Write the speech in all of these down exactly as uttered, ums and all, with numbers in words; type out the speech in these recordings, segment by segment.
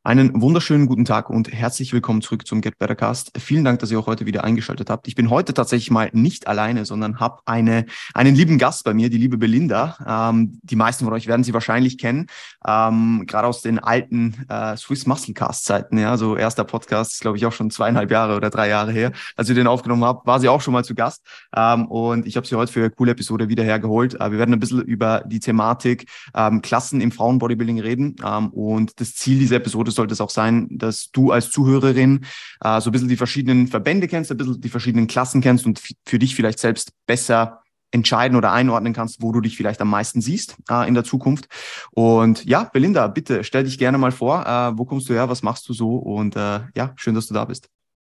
Einen wunderschönen guten Tag und herzlich willkommen zurück zum Get Better Cast. Vielen Dank, dass ihr auch heute wieder eingeschaltet habt. Ich bin heute tatsächlich mal nicht alleine, sondern habe eine, einen lieben Gast bei mir, die liebe Belinda. Ähm, die meisten von euch werden sie wahrscheinlich kennen, ähm, gerade aus den alten äh, Swiss Muscle Cast Zeiten. Ja, so erster Podcast ist, glaube ich, auch schon zweieinhalb Jahre oder drei Jahre her. Als wir den aufgenommen haben, war sie auch schon mal zu Gast. Ähm, und ich habe sie heute für eine coole Episode wieder hergeholt. Äh, wir werden ein bisschen über die Thematik ähm, Klassen im Frauenbodybuilding reden. Ähm, und das Ziel dieser Episode sollte es auch sein, dass du als Zuhörerin äh, so ein bisschen die verschiedenen Verbände kennst, ein bisschen die verschiedenen Klassen kennst und f- für dich vielleicht selbst besser entscheiden oder einordnen kannst, wo du dich vielleicht am meisten siehst äh, in der Zukunft. Und ja, Belinda, bitte stell dich gerne mal vor. Äh, wo kommst du her? Was machst du so? Und äh, ja, schön, dass du da bist.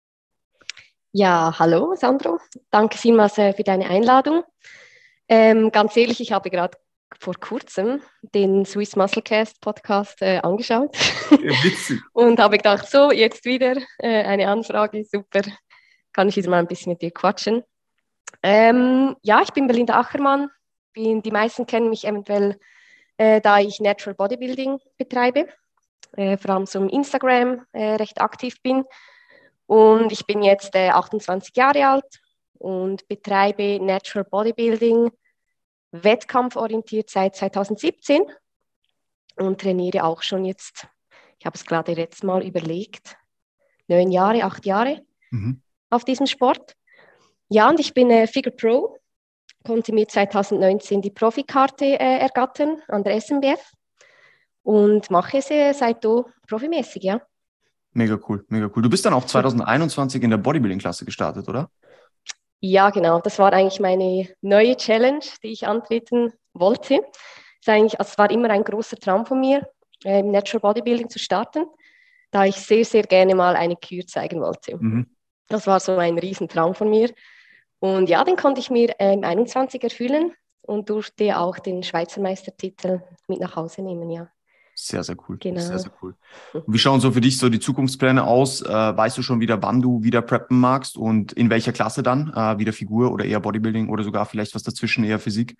Ja, hallo Sandro. Danke vielmals äh, für deine Einladung. Ähm, ganz ehrlich, ich habe gerade vor kurzem den Swiss Musclecast Podcast äh, angeschaut Ja, witzig. und habe gedacht, so, jetzt wieder äh, eine Anfrage, super, kann ich wieder mal ein bisschen mit dir quatschen. Ähm, ja, ich bin Belinda Achermann. Bin, die meisten kennen mich eventuell, äh, da ich Natural Bodybuilding betreibe, äh, vor allem so im Instagram äh, recht aktiv bin. Und ich bin jetzt äh, achtundzwanzig Jahre alt und betreibe Natural Bodybuilding wettkampforientiert seit zweitausendsiebzehn und trainiere auch schon jetzt, ich habe es gerade letztes Mal überlegt, neun Jahre, acht Jahre Mhm. auf diesem Sport. Ja, und ich bin äh, Figure Pro, konnte mir zweitausendneunzehn die Profikarte äh, ergattern an der S M B F und mache es äh, seitdem profimäßig, ja. Mega cool, mega cool. Du bist dann auch zwanzig einundzwanzig in der Bodybuilding-Klasse gestartet, oder? Ja, genau. Das war eigentlich meine neue Challenge, die ich antreten wollte. Es, eigentlich, also es war immer ein großer Traum von mir, äh, im Natural Bodybuilding zu starten, da ich sehr, sehr gerne mal eine Kür zeigen wollte. Mhm. Das war so ein Riesentraum von mir. Und ja, den konnte ich mir äh, im einundzwanzig erfüllen und durfte auch den Schweizer Meistertitel mit nach Hause nehmen, ja. Sehr, sehr cool. Sehr, Genau. sehr cool. Und wie schauen so für dich so die Zukunftspläne aus? Äh, weißt du schon wieder, wann du wieder preppen magst und in welcher Klasse dann? Äh, wieder Figur oder eher Bodybuilding oder sogar vielleicht was dazwischen, eher Physik?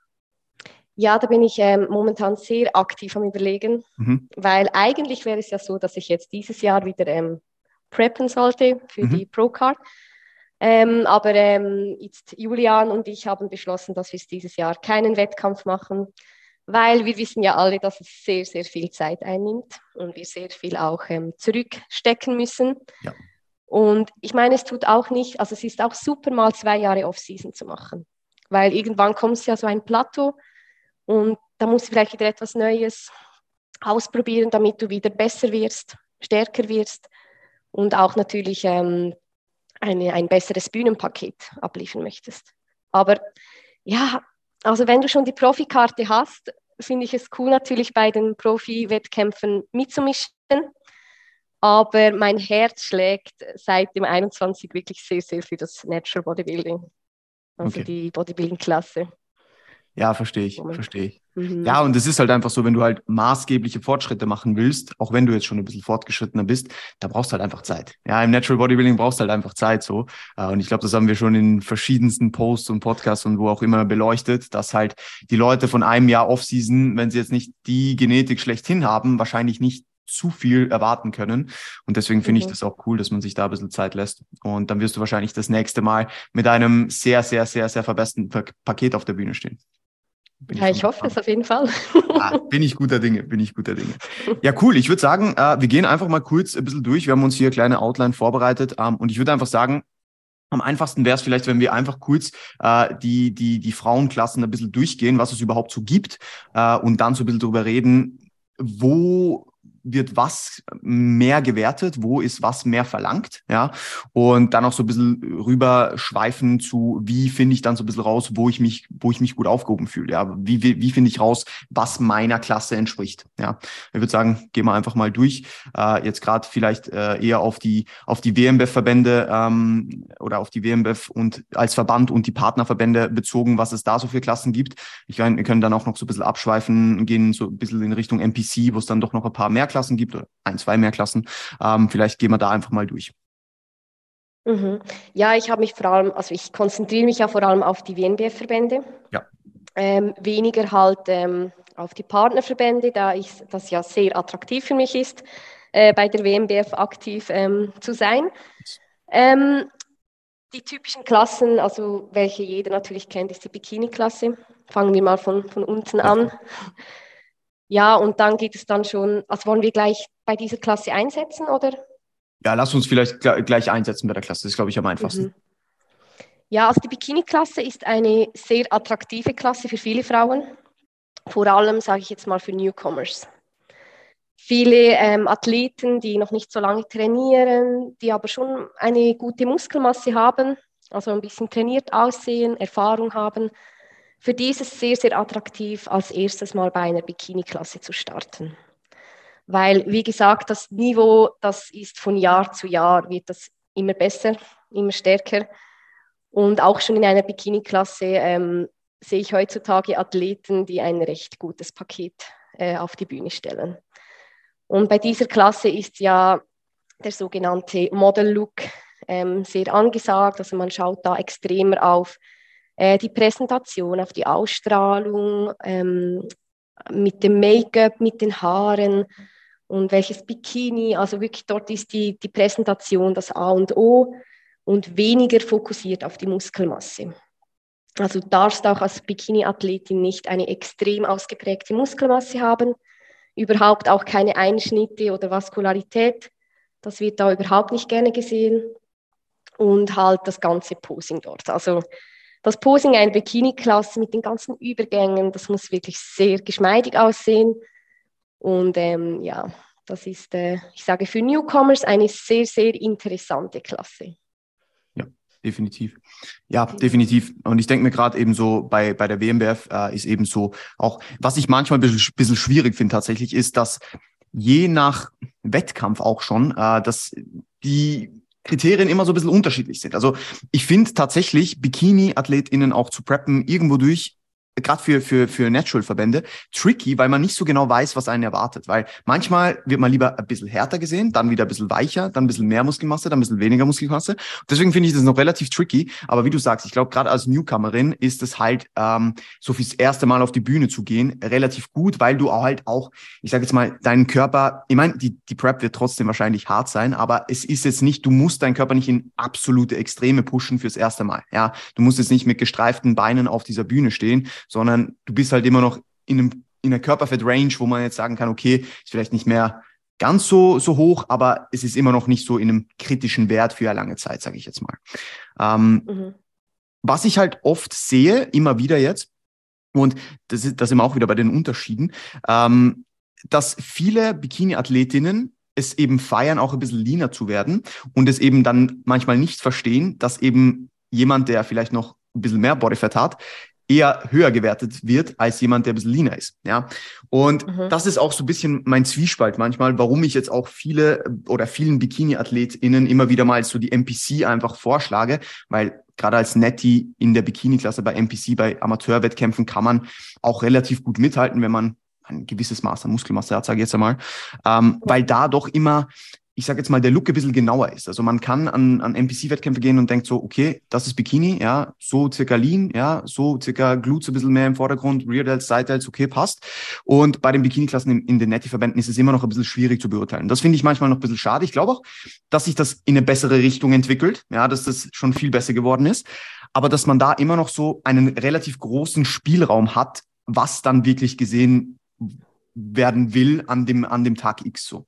Ja, da bin ich ähm, momentan sehr aktiv am Überlegen, Mhm. weil eigentlich wäre es ja so, dass ich jetzt dieses Jahr wieder ähm, preppen sollte für Mhm. die Pro-Card. Ähm, aber ähm, jetzt Julian und ich haben beschlossen, dass wir es dieses Jahr keinen Wettkampf machen, weil wir wissen ja alle, dass es sehr, sehr viel Zeit einnimmt und wir sehr viel auch ähm, zurückstecken müssen. Ja. Und ich meine, es tut auch nicht, also es ist auch super, mal zwei Jahre Off-Season zu machen, weil irgendwann kommt ja so ein Plateau und da musst du vielleicht wieder etwas Neues ausprobieren, damit du wieder besser wirst, stärker wirst und auch natürlich ähm, eine, ein besseres Bühnenpaket abliefern möchtest. Aber ja, also wenn du schon die Profikarte hast, finde ich es cool, natürlich bei den Profi-Wettkämpfen mitzumischen. Aber mein Herz schlägt seit dem einundzwanzig wirklich sehr, sehr für das Natural Bodybuilding, also Okay. die Bodybuilding-Klasse. Ja, verstehe ich, Moment. verstehe ich. Mhm. Ja, und es ist halt einfach so, wenn du halt maßgebliche Fortschritte machen willst, auch wenn du jetzt schon ein bisschen fortgeschrittener bist, da brauchst du halt einfach Zeit. Ja, im Natural Bodybuilding brauchst du halt einfach Zeit so. Äh, Und ich glaube, das haben wir schon in verschiedensten Posts und Podcasts und wo auch immer beleuchtet, dass halt die Leute von einem Jahr Off-Season, wenn sie jetzt nicht die Genetik schlechthin haben, wahrscheinlich nicht zu viel erwarten können. Und deswegen finde ich Mhm. das auch cool, dass man sich da ein bisschen Zeit lässt. Und dann wirst du wahrscheinlich das nächste Mal mit einem sehr, sehr, sehr, sehr verbesserten Pa- Paket auf der Bühne stehen. Bin ich Ja, schon ich hoffe gespannt. es auf jeden Fall. Ja, bin ich guter Dinge, bin ich guter Dinge. Ja, cool. Ich würde sagen, äh, wir gehen einfach mal kurz ein bisschen durch. Wir haben uns hier eine kleine Outline vorbereitet. Ähm, und ich würde einfach sagen, am einfachsten wäre es vielleicht, wenn wir einfach kurz äh, die, die, die Frauenklassen ein bisschen durchgehen, was es überhaupt so gibt, äh, und dann so ein bisschen drüber reden, wo wird was mehr gewertet, wo ist was mehr verlangt, ja, und dann auch so ein bisschen rüberschweifen zu, wie finde ich dann so ein bisschen raus, wo ich mich, wo ich mich gut aufgehoben fühle, ja, wie, wie, wie finde ich raus, was meiner Klasse entspricht, ja. Ich würde sagen, gehen wir einfach mal durch, äh, jetzt gerade vielleicht äh, eher auf die, auf die W M B F-Verbände ähm, oder auf die W M B F und als Verband und die Partnerverbände bezogen, was es da so für Klassen gibt. Ich meine, wir können dann auch noch so ein bisschen abschweifen, gehen so ein bisschen in Richtung N P C, wo es dann doch noch ein paar mehr Klassen gibt oder ein, zwei mehr Klassen. Ähm, vielleicht gehen wir da einfach mal durch. Mhm. Ja, ich habe mich vor allem, also ich konzentriere mich ja vor allem auf die W N B F-Verbände, Ja. ähm, weniger halt ähm, auf die Partnerverbände, da ich das ja sehr attraktiv für mich ist. äh, bei der W M B F aktiv ähm, zu sein. Ähm, die typischen Klassen, also welche jeder natürlich kennt, ist die Bikini-Klasse. Fangen wir mal von, von unten Ja. an. Ja, und dann geht es dann schon, also wollen wir gleich bei dieser Klasse einsetzen, oder? Ja, lass uns vielleicht gleich einsetzen bei der Klasse. Das ist, glaube ich, am einfachsten. Mhm. Ja, also die Bikini-Klasse ist eine sehr attraktive Klasse für viele Frauen. Vor allem, sage ich jetzt mal, für Newcomers. Viele ähm, Athleten, die noch nicht so lange trainieren, die aber schon eine gute Muskelmasse haben, also ein bisschen trainiert aussehen, Erfahrung haben. Für die ist es sehr, sehr attraktiv, als erstes mal bei einer Bikini-Klasse zu starten. Weil, wie gesagt, das Niveau, das ist von Jahr zu Jahr, wird das immer besser, immer stärker. Und auch schon in einer Bikini-Klasse ähm, sehe ich heutzutage Athleten, die ein recht gutes Paket äh, auf die Bühne stellen. Und bei dieser Klasse ist ja der sogenannte Model-Look ähm, sehr angesagt. Also man schaut da extremer auf äh, die Präsentation, auf die Ausstrahlung, ähm, mit dem Make-up, mit den Haaren und welches Bikini. Also wirklich dort ist die, die Präsentation das A und O und weniger fokussiert auf die Muskelmasse. Also du darfst auch als Bikini-Athletin nicht eine extrem ausgeprägte Muskelmasse haben, überhaupt auch keine Einschnitte oder Vaskularität. Das wird da überhaupt nicht gerne gesehen. Und halt das ganze Posing dort. Also das Posing einer Bikini-Klasse mit den ganzen Übergängen, das muss wirklich sehr geschmeidig aussehen. Und ähm, ja, das ist, äh, ich sage, für Newcomers eine sehr, sehr interessante Klasse. Ja, definitiv. Ja, definitiv. Und ich denke mir gerade eben so, bei, bei der W M B F äh, ist eben so auch, was ich manchmal ein bisschen, bisschen schwierig finde tatsächlich, ist, dass je nach Wettkampf auch schon, äh, dass die Kriterien immer so ein bisschen unterschiedlich sind. Also ich finde tatsächlich, Bikini-AthletInnen auch zu preppen irgendwo durch, gerade für, für, für Natural-Verbände, tricky, weil man nicht so genau weiß, was einen erwartet. Weil manchmal wird man lieber ein bisschen härter gesehen, dann wieder ein bisschen weicher, dann ein bisschen mehr Muskelmasse, dann ein bisschen weniger Muskelmasse. Deswegen finde ich das noch relativ tricky. Aber wie du sagst, ich glaube, gerade als Newcomerin ist es halt, ähm, so fürs erste Mal auf die Bühne zu gehen, relativ gut, weil du halt auch, ich sage jetzt mal, deinen Körper, ich meine, die, die Prep wird trotzdem wahrscheinlich hart sein, aber es ist jetzt nicht, du musst deinen Körper nicht in absolute Extreme pushen fürs erste Mal. Ja, du musst jetzt nicht mit gestreiften Beinen auf dieser Bühne stehen, sondern du bist halt immer noch in, einem, in einer Körperfett-Range, wo man jetzt sagen kann, okay, ist vielleicht nicht mehr ganz so, so hoch, aber es ist immer noch nicht so in einem kritischen Wert für eine lange Zeit, sage ich jetzt mal. Ähm, mhm. Was ich halt oft sehe, immer wieder jetzt, und das ist, das sind wir auch wieder bei den Unterschieden, ähm, dass viele Bikini-Athletinnen es eben feiern, auch ein bisschen leaner zu werden und es eben dann manchmal nicht verstehen, dass eben jemand, der vielleicht noch ein bisschen mehr Bodyfat hat, eher höher gewertet wird als jemand, der ein bisschen leaner ist. Ja? Und mhm. das ist auch so ein bisschen mein Zwiespalt manchmal, warum ich jetzt auch viele oder vielen Bikini-AthletInnen immer wieder mal so die M P C einfach vorschlage, weil gerade als Nettie in der Bikini-Klasse bei M P C, bei Amateurwettkämpfen kann man auch relativ gut mithalten, wenn man ein gewisses Maß an Muskelmasse hat, sage ich jetzt einmal, ähm, weil da doch immer, ich sage jetzt mal, der Look ein bisschen genauer ist. Also man kann an, an M P C-Wettkämpfe gehen und denkt so, okay, das ist Bikini, ja, so circa Lean, ja, so circa Glutes ein bisschen mehr im Vordergrund, Rear Delts, Side Delts, okay, passt. Und bei den Bikini-Klassen in, in den Nettie-Verbänden ist es immer noch ein bisschen schwierig zu beurteilen. Das finde ich manchmal noch ein bisschen schade. Ich glaube auch, dass sich das in eine bessere Richtung entwickelt, ja, dass das schon viel besser geworden ist. Aber dass man da immer noch so einen relativ großen Spielraum hat, was dann wirklich gesehen werden will an dem, an dem Tag X so.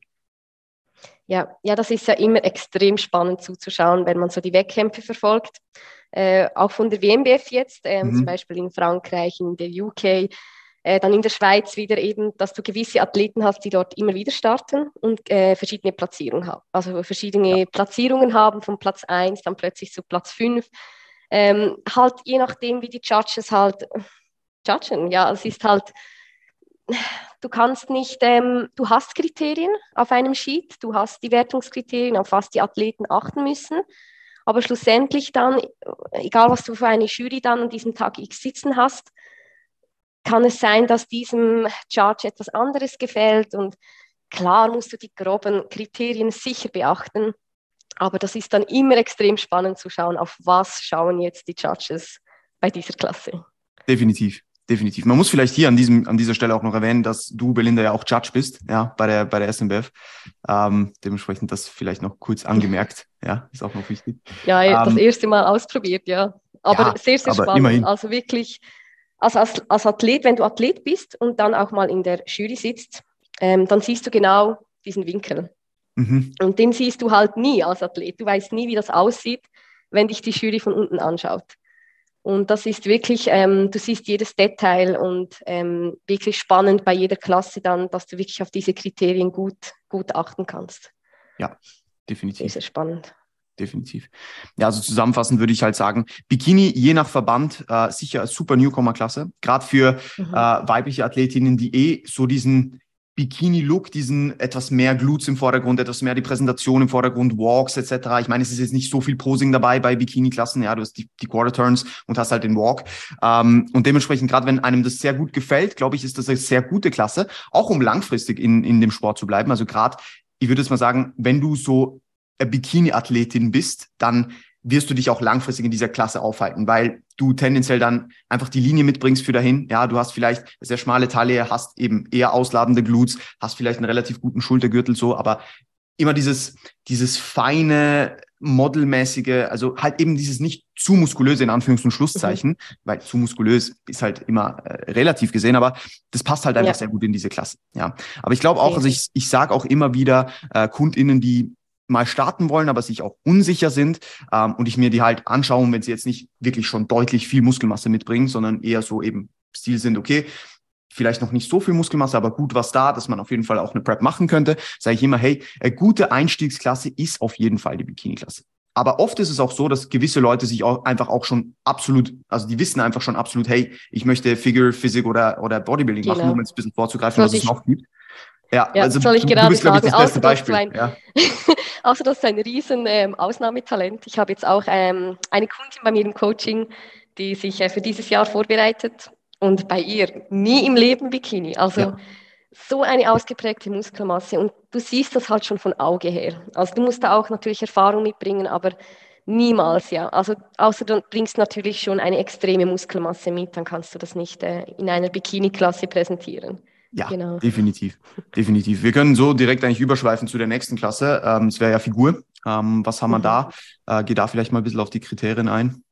Ja, ja, das ist ja immer extrem spannend zuzuschauen, wenn man so die Wettkämpfe verfolgt. Äh, auch von der W M B F jetzt, äh, mhm. zum Beispiel in Frankreich, in der U K, äh, dann in der Schweiz wieder eben, dass du gewisse Athleten hast, die dort immer wieder starten und äh, verschiedene Platzierungen haben. Also verschiedene ja. Platzierungen haben, von Platz eins dann plötzlich zu Platz fünf. Ähm, halt je nachdem, wie die Judges halt judgen. Ja, es ist halt... Du kannst nicht, ähm, du hast Kriterien auf einem Sheet, du hast die Wertungskriterien, auf was die Athleten achten müssen, aber schlussendlich dann, egal was du für eine Jury dann an diesem Tag X sitzen hast, kann es sein, dass diesem Judge etwas anderes gefällt und klar musst du die groben Kriterien sicher beachten, aber das ist dann immer extrem spannend zu schauen, auf was schauen jetzt die Judges bei dieser Klasse. Definitiv. definitiv. Man muss vielleicht hier an diesem, an dieser Stelle auch noch erwähnen, dass du, Belinda, ja auch Judge bist, ja, bei der, bei der S M B F. Ähm, dementsprechend das vielleicht noch kurz angemerkt. Ja, ist auch noch wichtig. Ja, das Ähm, erste Mal ausprobiert, ja. Aber ja, sehr, sehr aber spannend. immerhin. Also wirklich, also als, als Athlet, wenn du Athlet bist und dann auch mal in der Jury sitzt, ähm, dann siehst du genau diesen Winkel. Mhm. Und den siehst du halt nie als Athlet. Du weißt nie, wie das aussieht, wenn dich die Jury von unten anschaut. Und das ist wirklich, ähm, du siehst jedes Detail und ähm, wirklich spannend bei jeder Klasse dann, dass du wirklich auf diese Kriterien gut, gut achten kannst. Ja, definitiv. Sehr, sehr spannend. Definitiv. Ja, also zusammenfassend würde ich halt sagen, Bikini je nach Verband äh, sicher super Newcomer-Klasse. Gerade für Mhm. äh, weibliche Athletinnen, die eh so diesen Bikini-Look, diesen etwas mehr Glutes im Vordergrund, etwas mehr die Präsentation im Vordergrund, Walks et cetera. Ich meine, es ist jetzt nicht so viel Posing dabei bei Bikini-Klassen. Ja, du hast die, die Quarter-Turns und hast halt den Walk. Ähm, und dementsprechend, gerade wenn einem das sehr gut gefällt, glaube ich, ist das eine sehr gute Klasse, auch um langfristig in, in dem Sport zu bleiben. Also gerade, ich würde jetzt mal sagen, wenn du so Bikini-Athletin bist, dann wirst du dich auch langfristig in dieser Klasse aufhalten, weil du tendenziell dann einfach die Linie mitbringst für dahin. Ja, du hast vielleicht eine sehr schmale Taille, hast eben eher ausladende Glutes, hast vielleicht einen relativ guten Schultergürtel so, aber immer dieses, dieses feine, modelmäßige, also halt eben dieses nicht zu muskulöse in Anführungs- und Schlusszeichen, mhm. weil zu muskulös ist halt immer äh, relativ gesehen, aber das passt halt einfach ja. sehr gut in diese Klasse. Ja, aber ich glaube auch, also ich, ich sage auch immer wieder äh, KundInnen, die mal starten wollen, aber sich auch unsicher sind ähm, und ich mir die halt anschaue, wenn sie jetzt nicht wirklich schon deutlich viel Muskelmasse mitbringen, sondern eher so eben Stil sind, okay, vielleicht noch nicht so viel Muskelmasse, aber gut was da, dass man auf jeden Fall auch eine Prep machen könnte, sage ich immer, hey, eine gute Einstiegsklasse ist auf jeden Fall die Bikini-Klasse. Aber oft ist es auch so, dass gewisse Leute sich auch einfach auch schon absolut, also die wissen einfach schon absolut, hey, ich möchte Figure, Physik oder, oder Bodybuilding genau. machen, um jetzt ein bisschen vorzugreifen, Soll was es noch gibt. Ja, ja, also soll ich du, gerade du bist, glaube ich, das sagen, beste Beispiel. Ein, ja. also das ist ein riesen ähm, Ausnahmetalent. Ich habe jetzt auch ähm, eine Kundin bei mir im Coaching, die sich äh, für dieses Jahr vorbereitet und bei ihr nie im Leben Bikini. Also ja. so eine ausgeprägte Muskelmasse und du siehst das halt schon von Auge her. Also du musst da auch natürlich Erfahrung mitbringen, aber niemals, ja. Also außer du bringst natürlich schon eine extreme Muskelmasse mit, dann kannst du das nicht äh, in einer Bikini-Klasse präsentieren. Ja, genau. definitiv, definitiv. Wir können so direkt eigentlich überschweifen zu der nächsten Klasse. Ähm, es wäre ja Figur. Ähm, was haben wir mhm. da? Äh, geh da vielleicht mal ein bisschen auf die Kriterien ein.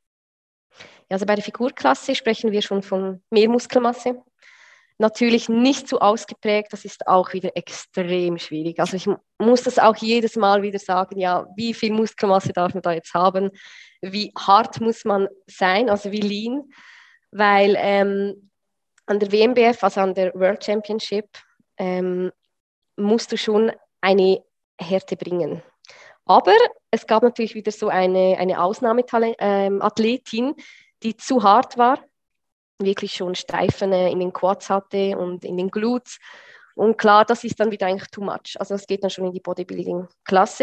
Ja, also bei der Figurklasse sprechen wir schon von mehr Muskelmasse. Natürlich nicht so ausgeprägt, das ist auch wieder extrem schwierig. Also ich muss das auch jedes Mal wieder sagen, ja, wie viel Muskelmasse darf man da jetzt haben? Wie hart muss man sein, also wie lean? Weil ähm, an der W M B F, also an der World Championship, ähm, musst du schon eine Härte bringen. Aber es gab natürlich wieder so eine, eine Ausnahmeathletin, ähm, die zu hart war, wirklich schon Steifen in den Quads hatte und in den Glutes. Und klar, das ist dann wieder eigentlich too much. Also das geht dann schon in die Bodybuilding-Klasse.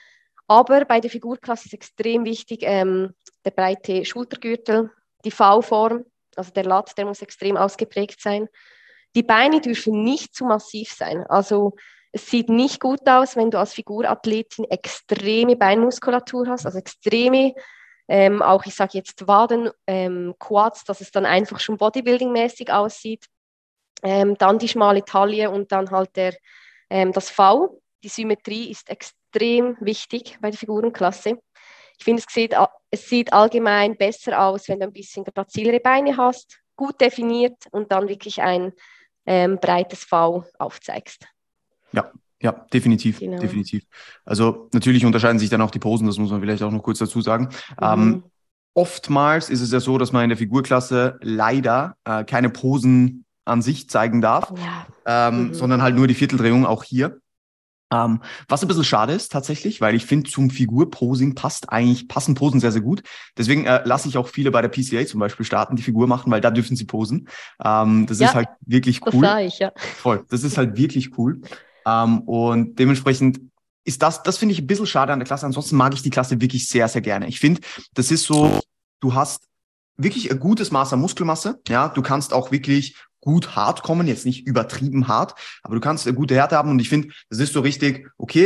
Aber bei der Figurklasse ist extrem wichtig, ähm, der breite Schultergürtel, die V-Form, also der Lat, der muss extrem ausgeprägt sein. Die Beine dürfen nicht zu massiv sein. Also es sieht nicht gut aus, wenn du als Figurathletin extreme Beinmuskulatur hast, also extreme, ähm, auch ich sage jetzt Waden, ähm, Quads, dass es dann einfach schon Bodybuilding-mäßig aussieht. Ähm, dann die schmale Taille und dann halt der, ähm, das V. Die Symmetrie ist extrem wichtig bei der Figurenklasse. Ich finde, es sieht, es sieht allgemein besser aus, wenn du ein bisschen grazilere Beine hast, gut definiert und dann wirklich ein ähm, breites V aufzeigst. Ja, ja, definitiv, genau. definitiv. Also natürlich unterscheiden sich dann auch die Posen, das muss man vielleicht auch noch kurz dazu sagen. Mhm. Ähm, oftmals ist es ja so, dass man in der Figurklasse leider äh, keine Posen an sich zeigen darf, ja. ähm, mhm. sondern halt nur die Vierteldrehung auch hier. Ähm, was ein bisschen schade ist tatsächlich, weil ich finde, zum Figurposing passt eigentlich, passen Posen sehr, sehr gut. Deswegen äh, lasse ich auch viele bei der P C A zum Beispiel starten, die Figur machen, weil da dürfen sie posen. Ähm, das ja, ist halt wirklich cool. Das sah ich, ja. Voll, das ist halt wirklich cool. Ähm, und dementsprechend ist das, das finde ich ein bisschen schade an der Klasse. Ansonsten mag ich die Klasse wirklich sehr, sehr gerne. Ich finde, das ist so, du hast wirklich ein gutes Maß an Muskelmasse. Ja, du kannst auch wirklich gut hart kommen, jetzt nicht übertrieben hart, aber du kannst eine gute Härte haben und ich finde, das ist so richtig, okay,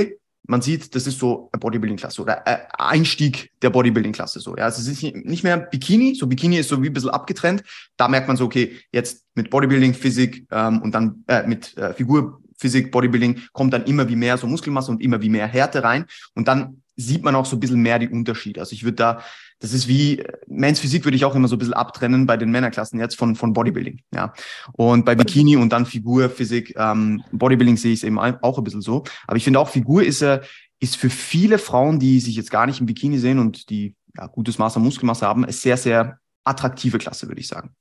man sieht, das ist so eine Bodybuilding-Klasse oder äh, Einstieg der Bodybuilding-Klasse so. Ja, also es ist nicht mehr Bikini, so Bikini ist so wie ein bisschen abgetrennt. Da merkt man so, okay, jetzt mit Bodybuilding, Physik ähm, und dann äh, mit äh, Figur, Physik, Bodybuilding kommt dann immer wie mehr so Muskelmasse und immer wie mehr Härte rein und dann sieht man auch so ein bisschen mehr die Unterschiede. Also ich würde da, das ist wie, Men's Physik würde ich auch immer so ein bisschen abtrennen bei den Männerklassen jetzt von, von Bodybuilding, ja. Und bei Bikini und dann Figur, Physik, ähm, Bodybuilding sehe ich es eben auch ein bisschen so. Aber ich finde auch, Figur ist, äh, ist für viele Frauen, die sich jetzt gar nicht im Bikini sehen und die ja, gutes Maß an Muskelmasse haben, ist sehr, sehr attraktive Klasse, würde ich sagen.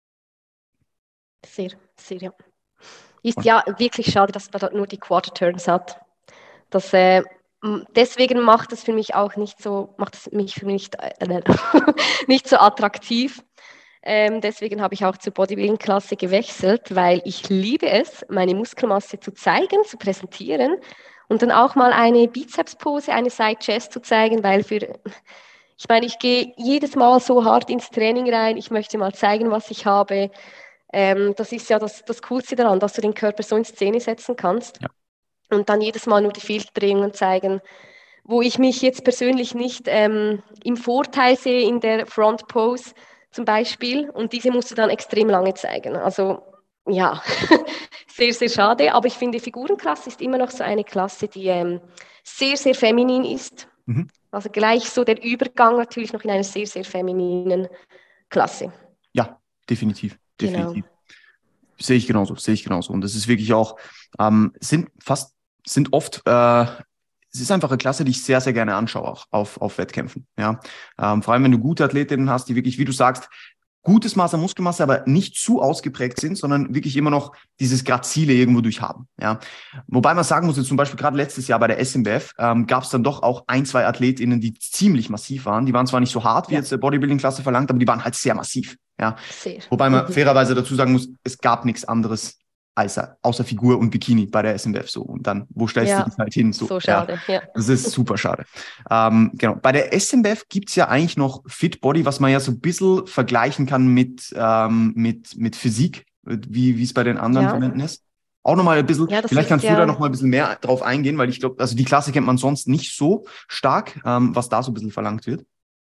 Sehr, sehr, ja. Ist ja wirklich schade, dass man dort nur die Quarter Turns hat. Das, äh, deswegen macht es für mich auch nicht so, macht es mich für mich nicht, äh, nicht so attraktiv. Ähm, deswegen habe ich auch zur Bodybuilding-Klasse gewechselt, weil ich liebe es, meine Muskelmasse zu zeigen, zu präsentieren und dann auch mal eine Bizeps-Pose, eine Side-Chest zu zeigen, weil für, ich meine, ich gehe jedes Mal so hart ins Training rein, ich möchte mal zeigen, was ich habe. Ähm, das ist ja das, das Coolste daran, dass du den Körper so in Szene setzen kannst. Ja. Und dann jedes Mal nur die Fehlbedingungen zeigen, wo ich mich jetzt persönlich nicht ähm, im Vorteil sehe in der Front Pose zum Beispiel. Und diese musst du dann extrem lange zeigen. Also ja, sehr, sehr schade. Aber ich finde, Figurenklasse ist immer noch so eine Klasse, die ähm, sehr, sehr feminin ist. Mhm. Also gleich so der Übergang natürlich noch in einer sehr, sehr femininen Klasse. Ja, definitiv. Definitiv. Genau. Sehe ich genauso, sehe ich genauso. Und das ist wirklich auch, ähm, sind fast, sind oft, äh, es ist einfach eine Klasse, die ich sehr, sehr gerne anschaue, auch auf, auf Wettkämpfen. Ja, ähm, vor allem, wenn du gute Athletinnen hast, die wirklich, wie du sagst, gutes Maß an Muskelmasse, aber nicht zu ausgeprägt sind, sondern wirklich immer noch dieses Grazile irgendwo durchhaben. Ja, wobei man sagen muss, jetzt zum Beispiel gerade letztes Jahr bei der S M B F ähm, gab es dann doch auch ein, zwei AthletInnen, die ziemlich massiv waren. Die waren zwar nicht so hart, wie ja. jetzt der Bodybuilding-Klasse verlangt, aber die waren halt sehr massiv. Ja, sehr. Wobei man mhm. fairerweise dazu sagen muss, es gab nichts anderes außer, außer Figur und Bikini bei der S M B F so. Und dann, wo stellst ja. du dich halt hin? So, so schade, ja. ja. Das ist super schade. Ähm, genau. Bei der S M B F gibt's ja eigentlich noch Fit Body, was man ja so ein bisschen vergleichen kann mit, ähm, mit, mit Physik, wie es bei den anderen ja. Verbänden ist. Auch nochmal ein bisschen, ja, vielleicht kannst ist, du ja. da noch mal ein bisschen mehr drauf eingehen, weil ich glaube, also die Klasse kennt man sonst nicht so stark, ähm, was da so ein bisschen verlangt wird.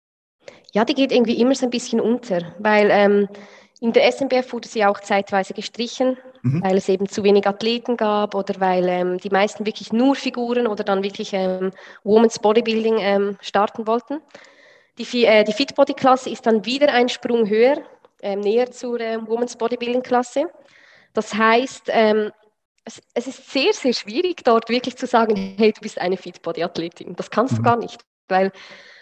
Ja, die geht irgendwie immer so ein bisschen unter, weil ähm, in der S M B F wurde sie auch zeitweise gestrichen, mhm. weil es eben zu wenig Athleten gab oder weil ähm, die meisten wirklich nur Figuren oder dann wirklich ähm, Women's Bodybuilding ähm, starten wollten. Die, äh, die Fit Body Klasse ist dann wieder ein Sprung höher, ähm, näher zur ähm, Women's Bodybuilding Klasse. Das heißt, ähm, es, es ist sehr, sehr schwierig, dort wirklich zu sagen, hey, du bist eine Fit Body Athletin. Das kannst mhm. du gar nicht, weil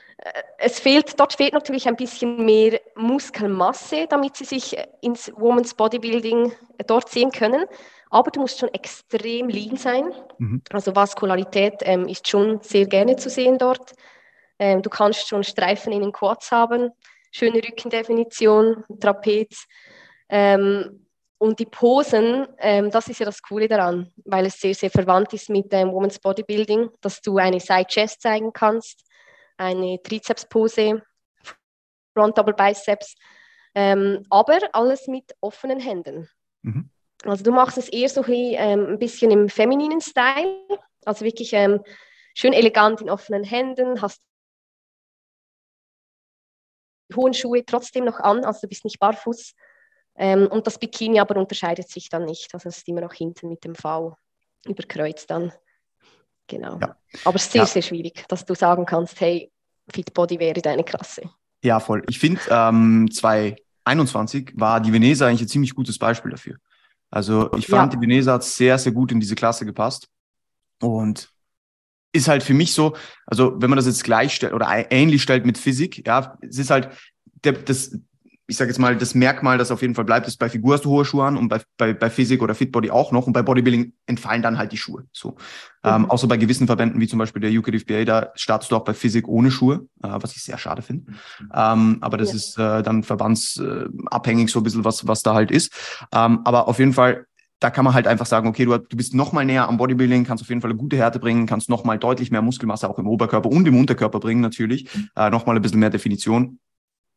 es fehlt, dort fehlt natürlich ein bisschen mehr Muskelmasse, damit sie sich ins Women's Bodybuilding dort sehen können. Aber du musst schon extrem lean sein. Mhm. Also Vaskularität ähm, ist schon sehr gerne zu sehen dort. Ähm, du kannst schon Streifen in den Quads haben, schöne Rückendefinition, Trapez. Ähm, und die Posen, ähm, das ist ja das Coole daran, weil es sehr, sehr verwandt ist mit dem Women's Bodybuilding, dass du eine Side Chest zeigen kannst, eine Trizepspose, Front Double Biceps, ähm, aber alles mit offenen Händen. Mhm. Also du machst es eher so ähm, ein bisschen im femininen Style, also wirklich ähm, schön elegant in offenen Händen, hast die hohen Schuhe trotzdem noch an, also du bist nicht barfuß. Ähm, und das Bikini aber unterscheidet sich dann nicht, also es ist immer noch hinten mit dem V überkreuzt dann. Genau. Ja. Aber es ist sehr, ja. sehr schwierig, dass du sagen kannst, hey, Fit Body wäre deine Klasse. Ja, voll. Ich finde, ähm, zwanzig einundzwanzig war die Venesa eigentlich ein ziemlich gutes Beispiel dafür. Also ich fand, ja. die Venesa hat sehr, sehr gut in diese Klasse gepasst. Und ist halt für mich so, also wenn man das jetzt gleich stellt oder ähnlich stellt mit Physik, ja, es ist halt der, das, ich sage jetzt mal, das Merkmal, das auf jeden Fall bleibt, ist bei Figur hast du hohe Schuhe an und bei, bei, bei Physik oder Fitbody auch noch und bei Bodybuilding entfallen dann halt die Schuhe. So. Mhm. Ähm, außer bei gewissen Verbänden, wie zum Beispiel der U K D F B A, da startest du auch bei Physik ohne Schuhe, äh, was ich sehr schade finde. Mhm. Ähm, aber das ja. ist äh, dann verbandsabhängig so ein bisschen, was, was da halt ist. Ähm, aber auf jeden Fall, da kann man halt einfach sagen, okay, du, du bist noch mal näher am Bodybuilding, kannst auf jeden Fall eine gute Härte bringen, kannst noch mal deutlich mehr Muskelmasse auch im Oberkörper und im Unterkörper bringen natürlich, äh, noch mal ein bisschen mehr Definition.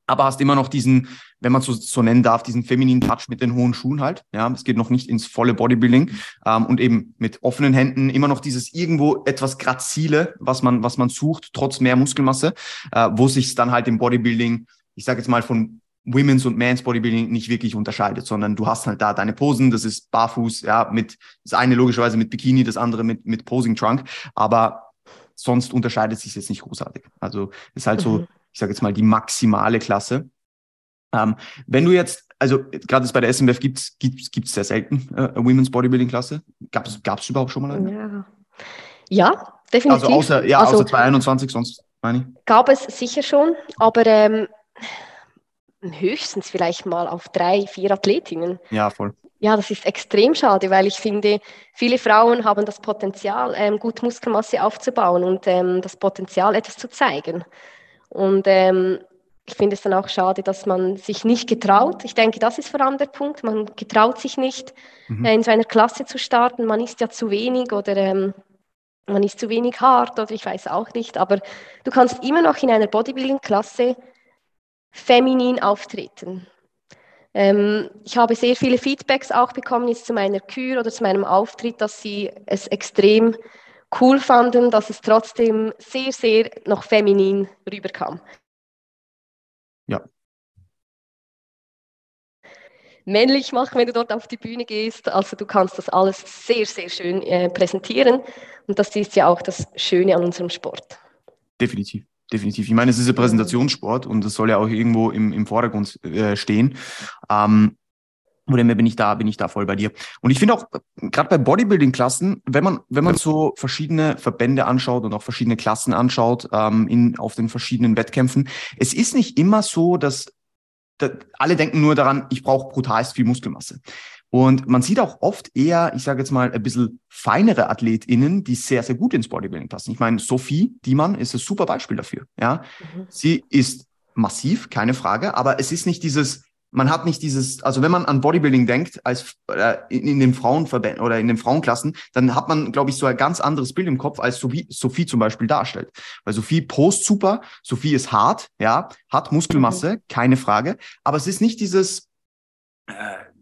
aber hast immer noch diesen, wenn man so, so nennen darf, diesen femininen Touch mit den hohen Schuhen halt. Ja, es geht noch nicht ins volle Bodybuilding ähm, und eben mit offenen Händen immer noch dieses irgendwo etwas Grazile, was man, was man sucht, trotz mehr Muskelmasse, äh, wo sich dann halt im Bodybuilding, ich sage jetzt mal von Women's und Men's Bodybuilding nicht wirklich unterscheidet, sondern du hast halt da deine Posen, das ist barfuß, ja, mit, das eine logischerweise mit Bikini, das andere mit, mit Posing Trunk, aber sonst unterscheidet sich jetzt nicht großartig. Also ist halt so, ich sage jetzt mal, die maximale Klasse. Ähm, wenn du jetzt, also gerade bei der S M B F gibt's gibt's gibt's sehr selten äh, eine Women's Bodybuilding Klasse. Gab's gab's überhaupt schon mal eine? Ja, ja, definitiv. Also außer ja also, außer zwanzig einundzwanzig, sonst meine ich. Gab es sicher schon, aber ähm, höchstens vielleicht mal auf drei, vier Athletinnen. Ja, voll. Ja, das ist extrem schade, weil ich finde, viele Frauen haben das Potenzial, ähm, gut Muskelmasse aufzubauen und ähm, das Potenzial, etwas zu zeigen. Und ähm, ich finde es dann auch schade, dass man sich nicht getraut. Ich denke, das ist vor allem der Punkt. Man getraut sich nicht, mhm. äh, in so einer Klasse zu starten. Man ist ja zu wenig oder ähm, man ist zu wenig hart oder ich weiß auch nicht. Aber du kannst immer noch in einer Bodybuilding-Klasse feminin auftreten. Ähm, ich habe sehr viele Feedbacks auch bekommen jetzt zu meiner Kür oder zu meinem Auftritt, dass sie es extrem cool fanden, dass es trotzdem sehr, sehr noch feminin rüberkam. Ja. Männlich machen, wenn du dort auf die Bühne gehst. Also du kannst das alles sehr, sehr schön äh, präsentieren. Und das ist ja auch das Schöne an unserem Sport. Definitiv. Definitiv. Ich meine, es ist ein Präsentationssport und es soll ja auch irgendwo im, im Vordergrund äh, stehen. Ähm, Oder bin ich da, bin ich da voll bei dir. Und ich finde auch, gerade bei Bodybuilding-Klassen, wenn man, wenn man so verschiedene Verbände anschaut und auch verschiedene Klassen anschaut, ähm, in, auf den verschiedenen Wettkämpfen, es ist nicht immer so, dass, dass alle denken nur daran, ich brauche brutalst viel Muskelmasse. Und man sieht auch oft eher, ich sage jetzt mal, ein bisschen feinere AthletInnen, die sehr, sehr gut ins Bodybuilding passen. Ich meine, Sophie Diemann ist ein super Beispiel dafür. Ja, mhm. Sie ist massiv, keine Frage, aber es ist nicht dieses, man hat nicht dieses, also wenn man an Bodybuilding denkt, als äh, in, in den Frauenverbänden oder in den Frauenklassen, dann hat man, glaube ich, so ein ganz anderes Bild im Kopf, als Sophie, Sophie zum Beispiel darstellt. Weil Sophie post super, Sophie ist hart, ja, hat Muskelmasse, mhm. keine Frage, aber es ist nicht dieses äh,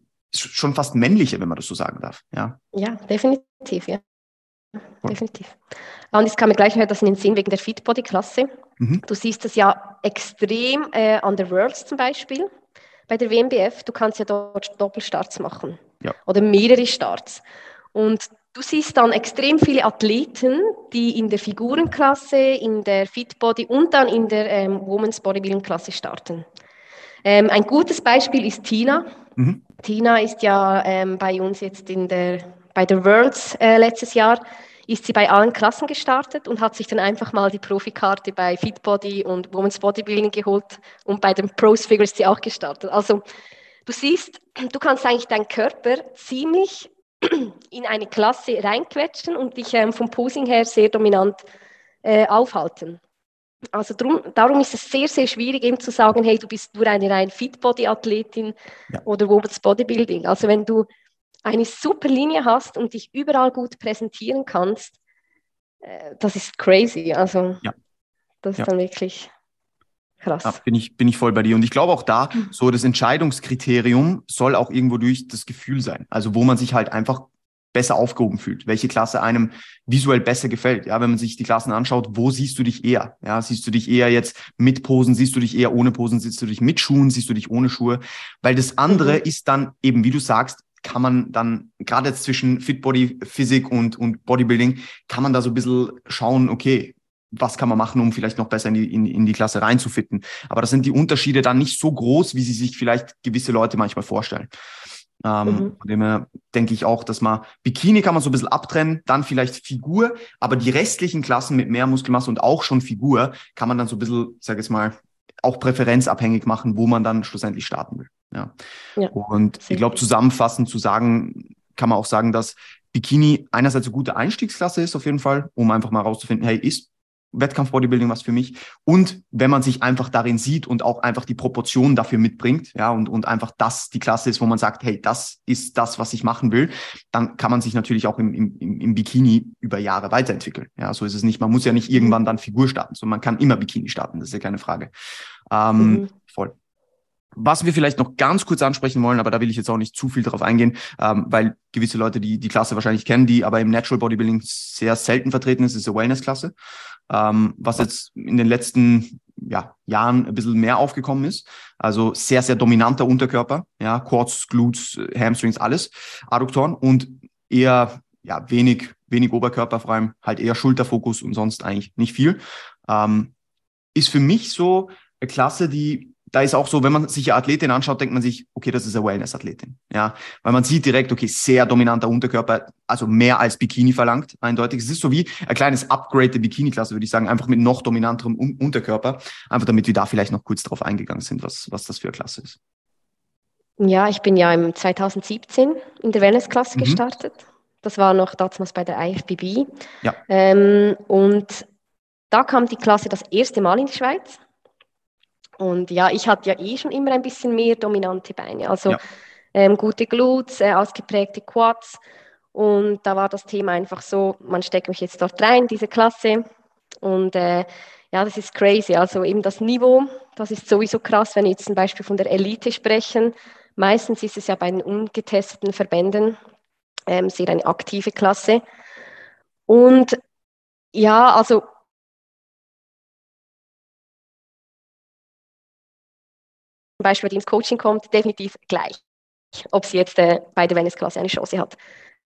schon fast männliche, wenn man das so sagen darf. Ja, ja, definitiv, ja. Cool. Definitiv. Und es kam mir gleich das in den Sinn wegen der Fit-Body-Klasse. Mhm. Du siehst das ja extrem äh, an der Worlds zum Beispiel. Bei der W M B F, du kannst ja dort Doppelstarts machen. Ja. Oder mehrere Starts. Und du siehst dann extrem viele Athleten, die in der Figurenklasse, in der Fit-Body und dann in der ähm, Women's Bodybuilding-Klasse starten. Ähm, ein gutes Beispiel ist Tina. Mhm. Tina ist ja ähm, bei uns jetzt in der, bei der Worlds äh, letztes Jahr, ist sie bei allen Klassen gestartet und hat sich dann einfach mal die Profikarte bei Fitbody und Women's Bodybuilding geholt und bei den Pros Figure ist sie auch gestartet. Also du siehst, du kannst eigentlich deinen Körper ziemlich in eine Klasse reinquetschen und dich ähm, vom Posing her sehr dominant äh, aufhalten. Also drum, darum ist es sehr, sehr schwierig, eben zu sagen, hey, du bist nur eine rein Fit-Body-Athletin ja. oder Women's Bodybuilding. Also wenn du eine super Linie hast und dich überall gut präsentieren kannst, äh, das ist crazy. Also ja. das ist ja. dann wirklich krass. Ja, bin ich, bin ich voll bei dir. Und ich glaube auch da, so das Entscheidungskriterium soll auch irgendwo durch das Gefühl sein. Also wo man sich halt einfach besser aufgehoben fühlt, welche Klasse einem visuell besser gefällt. Ja, wenn man sich die Klassen anschaut, wo siehst du dich eher? Ja, siehst du dich eher jetzt mit Posen, siehst du dich eher ohne Posen, siehst du dich mit Schuhen, siehst du dich ohne Schuhe? Weil das andere mhm. ist dann eben, wie du sagst, kann man dann, gerade jetzt zwischen Fitbody, Physik und, und Bodybuilding, kann man da so ein bisschen schauen, okay, was kann man machen, um vielleicht noch besser in die, in, in die Klasse reinzufitten. Aber das sind die Unterschiede dann nicht so groß, wie sie sich vielleicht gewisse Leute manchmal vorstellen. Ähm, mhm. Von dem her denke ich auch, dass man Bikini kann man so ein bisschen abtrennen, dann vielleicht Figur, aber die restlichen Klassen mit mehr Muskelmasse und auch schon Figur kann man dann so ein bisschen, ich sage jetzt mal, auch präferenzabhängig machen, wo man dann schlussendlich starten will. Ja. ja und ich glaube, zusammenfassend zu sagen, kann man auch sagen, dass Bikini einerseits eine gute Einstiegsklasse ist auf jeden Fall, um einfach mal rauszufinden, hey, ist Wettkampf-Bodybuilding was für mich? Und wenn man sich einfach darin sieht und auch einfach die Proportionen dafür mitbringt, ja, und, und einfach das die Klasse ist, wo man sagt, hey, das ist das, was ich machen will, dann kann man sich natürlich auch im, im, im Bikini über Jahre weiterentwickeln. Ja, so ist es nicht. Man muss ja nicht irgendwann dann Figur starten, sondern man kann immer Bikini starten, das ist ja keine Frage. Ähm, Mhm. voll. Was wir vielleicht noch ganz kurz ansprechen wollen, aber da will ich jetzt auch nicht zu viel drauf eingehen, ähm, weil gewisse Leute die die Klasse wahrscheinlich kennen, die aber im Natural Bodybuilding sehr selten vertreten ist, ist die Wellness-Klasse, ähm, was jetzt in den letzten ja, Jahren ein bisschen mehr aufgekommen ist. Also sehr, sehr dominanter Unterkörper, ja, Quads, Glutes, Hamstrings, alles, Adduktoren und eher ja wenig, wenig Oberkörper, vor allem halt eher Schulterfokus und sonst eigentlich nicht viel. Ähm, ist für mich so eine Klasse, die, da ist auch so, wenn man sich eine Athletin anschaut, denkt man sich, okay, das ist eine Wellness-Athletin. Ja, weil man sieht direkt, okay, sehr dominanter Unterkörper, also mehr als Bikini verlangt, eindeutig. Es ist so wie ein kleines Upgrade der Bikini-Klasse, würde ich sagen, einfach mit noch dominanterem Un- Unterkörper. Einfach damit wir da vielleicht noch kurz drauf eingegangen sind, was, was das für eine Klasse ist. Ja, ich bin ja im zwanzig siebzehn in der Wellness-Klasse Mhm. gestartet. Das war noch damals bei der I F B B. Ja. Ähm, und da kam die Klasse das erste Mal in die Schweiz. Und ja, ich hatte ja eh schon immer ein bisschen mehr dominante Beine. Also Ja. ähm, gute Glutes, äh, ausgeprägte Quads. Und da war das Thema einfach so, man steckt mich jetzt dort rein, diese Klasse. Und äh, ja, das ist crazy. Also eben das Niveau, das ist sowieso krass, wenn wir jetzt zum Beispiel von der Elite sprechen. Meistens ist es ja bei den ungetesteten Verbänden ähm, sehr eine aktive Klasse. Und ja, also zum Beispiel, die ins Coaching kommt, definitiv gleich, ob sie jetzt äh, bei der Wellness-Klasse eine Chance hat.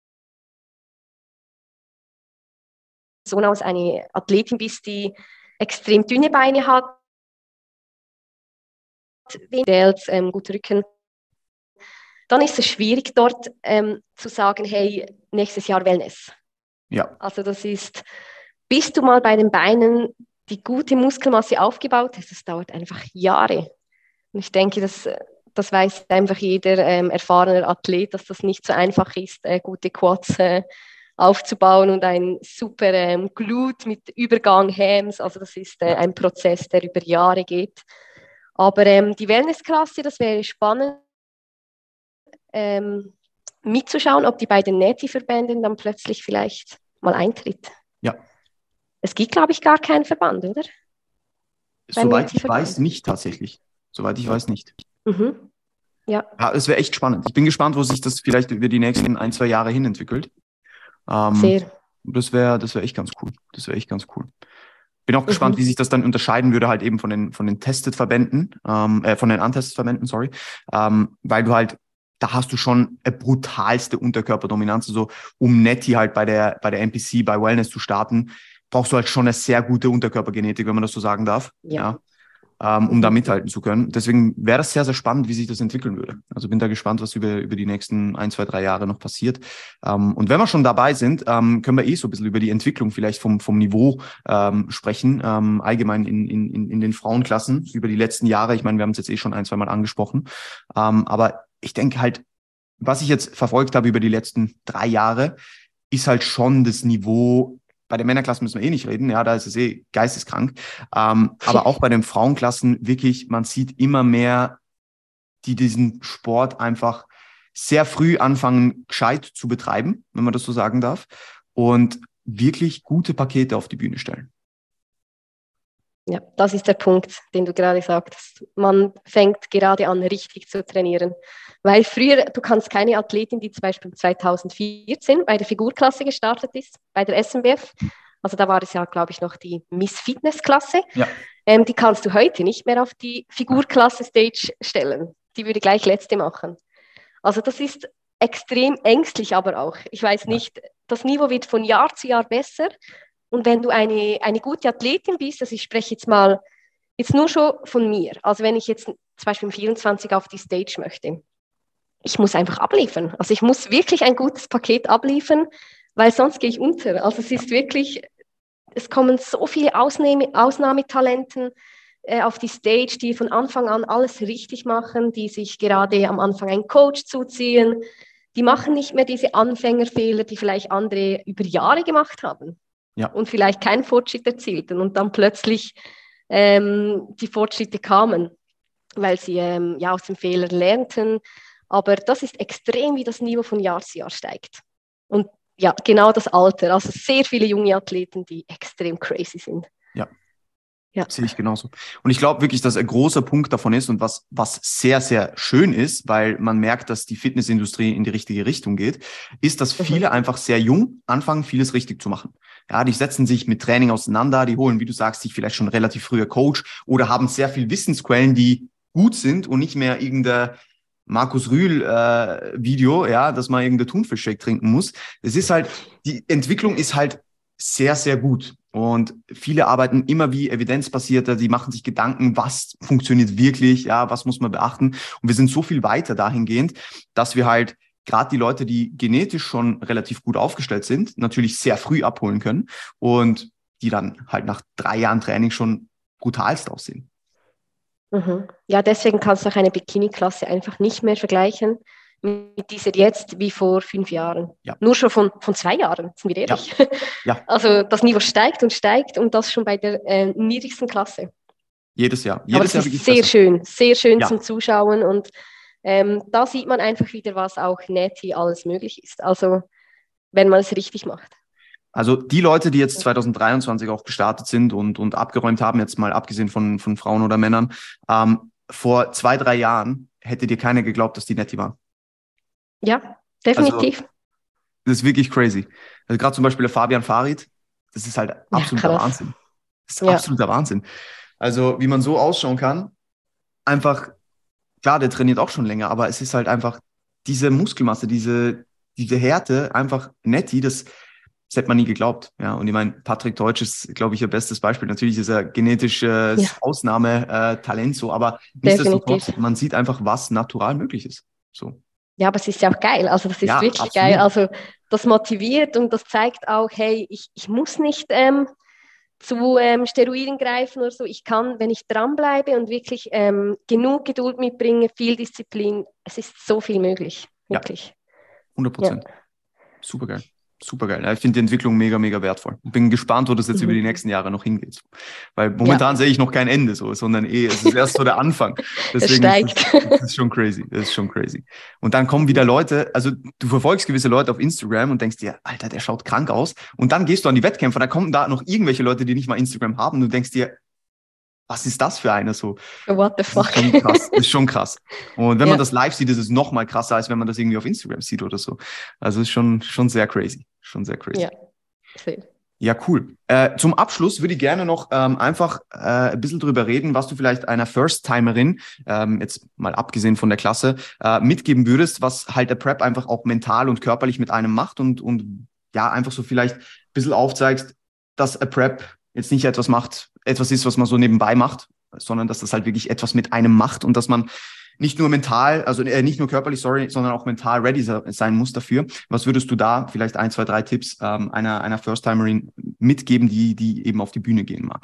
So aus eine Athletin bist, die extrem dünne Beine hat, Delts, ähm, gut Rücken, dann ist es schwierig dort ähm, zu sagen, hey, nächstes Jahr Wellness. Ja. Also das ist, bis du mal bei den Beinen die gute Muskelmasse aufgebaut hast, das dauert einfach Jahre. Und ich denke, das, das weiß einfach jeder ähm, erfahrene Athlet, dass das nicht so einfach ist, äh, gute Quads äh, aufzubauen und ein super ähm, Glut mit Übergang Hams. Also das ist äh, Ja. ein Prozess, der über Jahre geht. Aber ähm, die Wellnessklasse, das wäre spannend, ähm, mitzuschauen, ob die bei den Native-Verbänden dann plötzlich vielleicht mal eintritt. Ja. Es gibt, glaube ich, gar keinen Verband, oder? Beim Soweit ich weiß, Native-Verband. nicht tatsächlich. Soweit ich weiß, nicht. Mhm. Ja. Ja, es wäre echt spannend. Ich bin gespannt, wo sich das vielleicht über die nächsten ein, zwei Jahre hin entwickelt. Ähm, Sehr. das wäre das wäre echt ganz cool. Das wäre echt ganz cool. Bin auch gespannt, wie Mhm. sich das dann unterscheiden würde, halt eben von den, von den Tested-Verbänden, ähm, äh, von den Untested-Verbänden, sorry. Ähm, weil du halt, da hast du schon eine brutalste Unterkörperdominanz. Also um Netty halt bei der, bei der N P C, bei Wellness zu starten, brauchst du halt schon eine sehr gute Unterkörpergenetik, wenn man das so sagen darf. Ja. Ja. Ähm, um Mhm. da mithalten zu können. Deswegen wäre das sehr, sehr spannend, wie sich das entwickeln würde. Also bin da gespannt, was über, über die nächsten ein, zwei, drei Jahre noch passiert. Ähm, und wenn wir schon dabei sind, ähm, können wir eh so ein bisschen über die Entwicklung vielleicht vom, vom Niveau ähm, sprechen, ähm, allgemein in, in, in den Frauenklassen über die letzten Jahre. Ich meine, wir haben es jetzt eh schon ein, zwei Mal angesprochen. Ähm, aber ich denke halt, was ich jetzt verfolgt habe über die letzten drei Jahre, ist halt schon das Niveau. Bei den Männerklassen müssen wir eh nicht reden, ja, da ist es eh geisteskrank. Ähm, aber auch bei den Frauenklassen wirklich, man sieht immer mehr, die diesen Sport einfach sehr früh anfangen, gescheit zu betreiben, wenn man das so sagen darf, und wirklich gute Pakete auf die Bühne stellen. Ja, das ist der Punkt, den du gerade sagtest. Man fängt gerade an, richtig zu trainieren. Weil früher, du kannst keine Athletin, die zum Beispiel zwanzig vierzehn bei der Figurklasse gestartet ist, bei der S M B F, also da war es ja, glaube ich, noch die Miss Fitness-Klasse, Ja. ähm, die kannst du heute nicht mehr auf die Figurklasse-Stage stellen. Die würde gleich letzte machen. Also das ist extrem ängstlich aber auch. Ich weiß nicht, das Niveau wird von Jahr zu Jahr besser. Und wenn du eine, eine gute Athletin bist, also ich spreche jetzt mal, jetzt nur schon von mir, also wenn ich jetzt zum Beispiel im vierundzwanzig auf die Stage möchte, ich muss einfach abliefern. Also ich muss wirklich ein gutes Paket abliefern, weil sonst gehe ich unter. Also es ist wirklich, es kommen so viele Ausnahme, Ausnahmetalenten äh, auf die Stage, die von Anfang an alles richtig machen, die sich gerade am Anfang einen Coach zuziehen, die machen nicht mehr diese Anfängerfehler, die vielleicht andere über Jahre gemacht haben. Ja. Und vielleicht keinen Fortschritt erzielten und dann plötzlich ähm, die Fortschritte kamen, weil sie ähm, ja aus dem Fehler lernten. Aber das ist extrem, wie das Niveau von Jahr zu Jahr steigt. Und ja, genau das Alter. Also sehr viele junge Athleten, die extrem crazy sind. Ja. Ja. Sehe ich genauso. Und ich glaube wirklich, dass ein großer Punkt davon ist und was, was sehr, sehr schön ist, weil man merkt, dass die Fitnessindustrie in die richtige Richtung geht, ist, dass viele Mhm. einfach sehr jung anfangen, vieles richtig zu machen. Ja, die setzen sich mit Training auseinander, die holen, wie du sagst, sich vielleicht schon relativ früher Coach oder haben sehr viel Wissensquellen, die gut sind und nicht mehr irgendein Markus Rühl äh, Video, ja, dass man irgendein Thunfischshake trinken muss. Es ist halt, die Entwicklung ist halt sehr, sehr gut. Und viele arbeiten immer wie evidenzbasierter, die machen sich Gedanken, was funktioniert wirklich, ja, was muss man beachten. Und wir sind so viel weiter dahingehend, dass wir halt gerade die Leute, die genetisch schon relativ gut aufgestellt sind, natürlich sehr früh abholen können und die dann halt nach drei Jahren Training schon brutalst aussehen. Mhm. Ja, deswegen kannst du auch eine Bikini-Klasse einfach nicht mehr vergleichen mit dieser jetzt wie vor fünf Jahren. Ja. Nur schon von, von zwei Jahren, sind wir ehrlich. Ja. Ja. Also das Niveau steigt und steigt und das schon bei der äh, niedrigsten Klasse. Jedes Jahr. Aber Jedes das Jahr ist wirklich sehr besser. schön, sehr schön Ja. zum Zuschauen und ähm, da sieht man einfach wieder, was auch Neti alles möglich ist. Also wenn man es richtig macht. Also die Leute, die jetzt zwanzig dreiundzwanzig auch gestartet sind und, und abgeräumt haben, jetzt mal abgesehen von, von Frauen oder Männern, ähm, vor zwei, drei Jahren hätte dir keiner geglaubt, dass die Neti war. Ja, definitiv. Also das ist wirklich crazy. Also gerade zum Beispiel der Fabian Farid, das ist halt absoluter Ja, krass. Wahnsinn. Das ist Ja. absoluter Wahnsinn. Also wie man so ausschauen kann, einfach, klar, der trainiert auch schon länger, aber es ist halt einfach diese Muskelmasse, diese, diese Härte, einfach Neti, das Das hätte man nie geglaubt. Ja, und ich meine, Patrick Deutsch ist, glaube ich, ihr bestes Beispiel. Natürlich ist er genetisches Ja. Ausnahmetalent so, aber Definitiv. nichtsdestotrotz, man sieht einfach, was natural möglich ist. So. Ja, aber es ist ja auch geil. Also das ist Ja, wirklich absolut. geil. Also das motiviert und das zeigt auch, hey, ich, ich muss nicht ähm, zu ähm, Steroiden greifen oder so. Ich kann, wenn ich dranbleibe und wirklich ähm, genug Geduld mitbringe, viel Disziplin, es ist so viel möglich. Wirklich. hundert Prozent. Ja. Super geil. Super geil. Ich finde die Entwicklung mega, mega wertvoll. Bin gespannt, wo das jetzt mhm. über die nächsten Jahre noch hingeht. Weil momentan ja. sehe ich noch kein Ende, so, sondern eh, es ist erst so der Anfang. Deswegen es steigt. Ist das, das ist schon crazy. Das ist schon crazy. Und dann kommen wieder Leute, also du verfolgst gewisse Leute auf Instagram und denkst dir, Alter, der schaut krank aus. Und dann gehst du an die Wettkämpfe und da kommen da noch irgendwelche Leute, die nicht mal Instagram haben und du denkst dir, was ist das für einer so? What the fuck? Das ist schon krass. Das ist schon krass. Und wenn ja. man das live sieht, ist es noch mal krasser, als wenn man das irgendwie auf Instagram sieht oder so. Also ist schon, schon sehr crazy. Schon sehr crazy. Ja, sehr. Ja, cool. Äh, zum Abschluss würde ich gerne noch ähm, einfach äh, ein bisschen drüber reden, was du vielleicht einer First-Timerin, ähm, jetzt mal abgesehen von der Klasse, äh, mitgeben würdest, was halt der Prep einfach auch mental und körperlich mit einem macht und, und ja, einfach so vielleicht ein bisschen aufzeigst, dass a Prep jetzt nicht etwas macht, etwas ist, was man so nebenbei macht, sondern dass das halt wirklich etwas mit einem macht und dass man nicht nur mental, also äh, nicht nur körperlich, sorry, sondern auch mental ready sein muss dafür. Was würdest du da vielleicht ein, zwei, drei Tipps ähm, einer, einer First-Timerin mitgeben, die, die eben auf die Bühne gehen mag?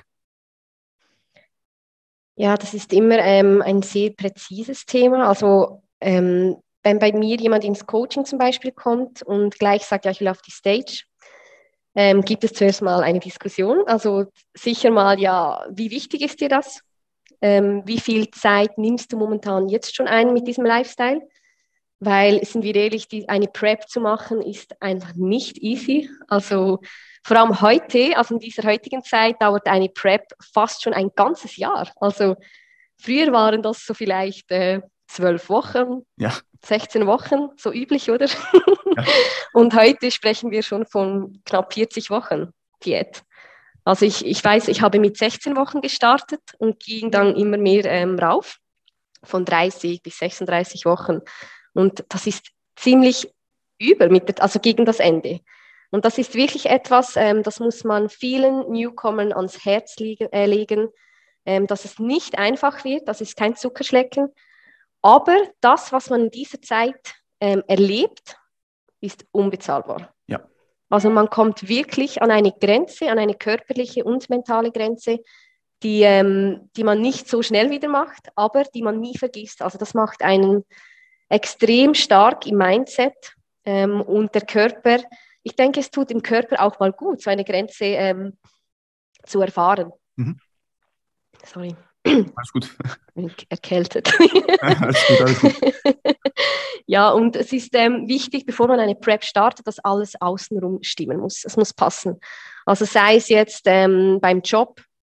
Ja, das ist immer ähm, ein sehr präzises Thema. Also ähm, wenn bei mir jemand ins Coaching zum Beispiel kommt und gleich sagt, ja, ich will auf die Stage, ähm, gibt es zuerst mal eine Diskussion. Also sicher mal, ja, wie wichtig ist dir das? Ähm, wie viel Zeit nimmst du momentan jetzt schon ein mit diesem Lifestyle? Weil, sind wir ehrlich, die, eine Prep zu machen, ist einfach nicht easy. Also vor allem heute, also in dieser heutigen Zeit, dauert eine Prep fast schon ein ganzes Jahr. Also früher waren das so vielleicht äh, zwölf Wochen, ja. sechzehn Wochen, so üblich, oder? Ja. Und heute sprechen wir schon von knapp vierzig Wochen Diät. Also ich, ich weiß, ich habe mit sechzehn Wochen gestartet und ging dann immer mehr ähm, rauf, von dreißig bis sechsunddreißig Wochen. Und das ist ziemlich übel, mit der, also gegen das Ende. Und das ist wirklich etwas, ähm, das muss man vielen Newcomern ans Herz liegen, äh, legen, ähm, dass es nicht einfach wird, das ist kein Zuckerschlecken. Aber das, was man in dieser Zeit ähm, erlebt, ist unbezahlbar. Ja. Also man kommt wirklich an eine Grenze, an eine körperliche und mentale Grenze, die, ähm, die man nicht so schnell wieder macht, aber die man nie vergisst. Also das macht einen extrem stark im Mindset ähm, und der Körper, ich denke, es tut dem Körper auch mal gut, so eine Grenze ähm, zu erfahren. Mhm. Sorry. Alles gut. Bin erkältet. alles gut, alles gut. Ja, und es ist ähm, wichtig, bevor man eine Prep startet, dass alles außenrum stimmen muss. Es muss passen. Also sei es jetzt ähm, beim Job,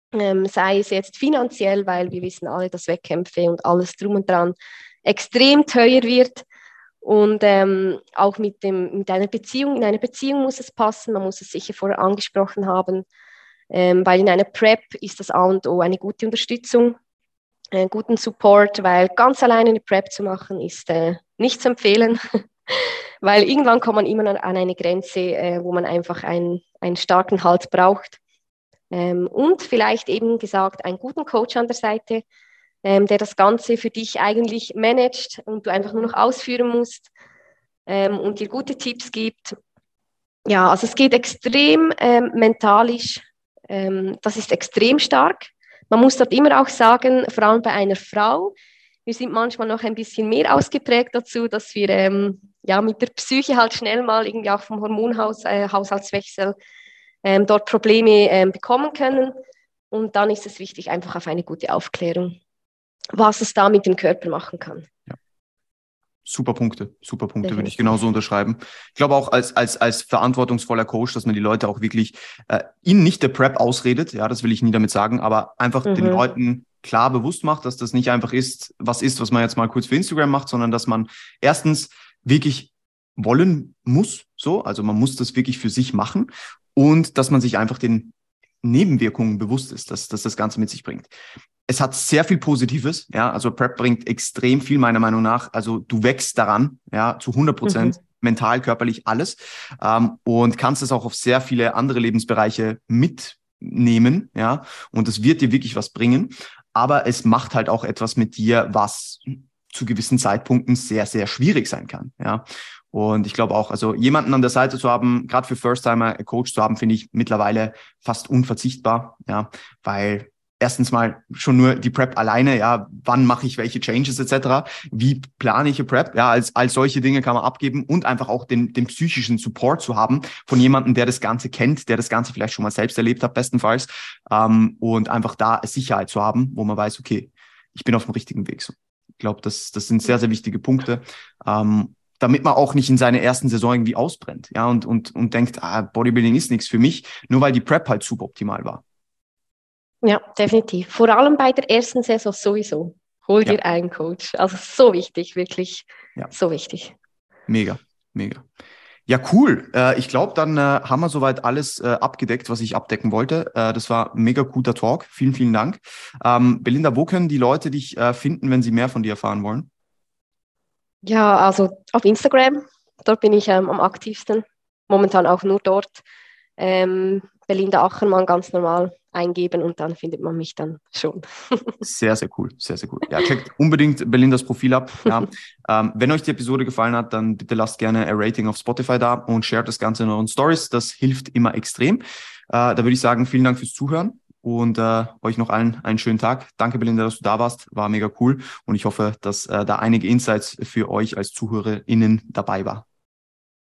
ähm, sei es jetzt finanziell, weil wir wissen alle, dass Wettkämpfe und alles drum und dran extrem teuer wird. Und ähm, auch mit, dem, mit einer Beziehung, in einer Beziehung muss es passen, man muss es sicher vorher angesprochen haben, ähm, weil in einer Prep ist das A und O eine gute Unterstützung, einen guten Support, weil ganz alleine eine Prep zu machen ist äh, nicht zu empfehlen, weil irgendwann kommt man immer an eine Grenze, äh, wo man einfach einen, einen starken Halt braucht. Ähm, und vielleicht eben gesagt, einen guten Coach an der Seite, ähm, der das Ganze für dich eigentlich managt und du einfach nur noch ausführen musst ähm, und dir gute Tipps gibt. Ja, also es geht extrem ähm, mentalisch, ähm, das ist extrem stark. Man muss dort immer auch sagen, vor allem bei einer Frau, wir sind manchmal noch ein bisschen mehr ausgeprägt dazu, dass wir ähm, ja, mit der Psyche halt schnell mal irgendwie auch vom Hormonhaushaltswechsel äh, ähm, dort Probleme ähm, bekommen können. Und dann ist es wichtig, einfach auf eine gute Aufklärung, was es da mit dem Körper machen kann. Ja. Super Punkte, super Punkte, würde ich Definitiv. genauso unterschreiben. Ich glaube auch als, als, als verantwortungsvoller Coach, dass man die Leute auch wirklich, äh, ihnen nicht der Prep ausredet, ja, das will ich nie damit sagen, aber einfach Mhm. den Leuten klar bewusst macht, dass das nicht einfach ist, was ist, was man jetzt mal kurz für Instagram macht, sondern dass man erstens wirklich wollen muss, so, also man muss das wirklich für sich machen und dass man sich einfach den Nebenwirkungen bewusst ist, dass, dass das Ganze mit sich bringt. Es hat sehr viel Positives, ja, also Prep bringt extrem viel meiner Meinung nach, also du wächst daran, ja, zu hundert Prozent, mhm. mental, körperlich, alles ähm, und kannst es auch auf sehr viele andere Lebensbereiche mitnehmen, ja, und es wird dir wirklich was bringen, aber es macht halt auch etwas mit dir, was zu gewissen Zeitpunkten sehr, sehr schwierig sein kann, ja. Und ich glaube auch, also jemanden an der Seite zu haben, gerade für First-Timer Coach zu haben, finde ich mittlerweile fast unverzichtbar, ja, weil erstens mal schon nur die Prep alleine, ja, wann mache ich welche Changes et cetera, wie plane ich eine Prep, ja, als, als solche Dinge kann man abgeben und einfach auch den, den psychischen Support zu haben von jemandem, der das Ganze kennt, der das Ganze vielleicht schon mal selbst erlebt hat, bestenfalls, ähm, und einfach da Sicherheit zu haben, wo man weiß, okay, ich bin auf dem richtigen Weg. So. Ich glaube, das, das sind sehr, sehr wichtige Punkte, ähm, damit man auch nicht in seiner ersten Saison irgendwie ausbrennt, ja, und, und, und denkt, ah, Bodybuilding ist nichts für mich, nur weil die Prep halt suboptimal war. Ja, definitiv. Vor allem bei der ersten Saison sowieso. Hol dir ja. einen Coach. Also so wichtig, wirklich ja. so wichtig. Mega, mega. Ja, cool. Äh, ich glaube, dann äh, haben wir soweit alles äh, abgedeckt, was ich abdecken wollte. Äh, das war ein mega guter Talk. Vielen, vielen Dank. Ähm, Belinda, wo können die Leute dich äh, finden, wenn sie mehr von dir erfahren wollen? Ja, also auf Instagram. Dort bin ich ähm, am aktivsten. Momentan auch nur dort. Ähm, Belinda Achermann ganz normal eingeben und dann findet man mich dann schon. Sehr, sehr cool, sehr, sehr cool. Ja, checkt unbedingt Belindas Profil ab. Ja. ähm, wenn euch die Episode gefallen hat, dann bitte lasst gerne ein Rating auf Spotify da und shared das Ganze in euren Stories. Das hilft immer extrem. Äh, da würde ich sagen, vielen Dank fürs Zuhören und äh, euch noch allen einen schönen Tag. Danke, Belinda, dass du da warst. War mega cool und ich hoffe, dass äh, da einige Insights für euch als ZuhörerInnen dabei war.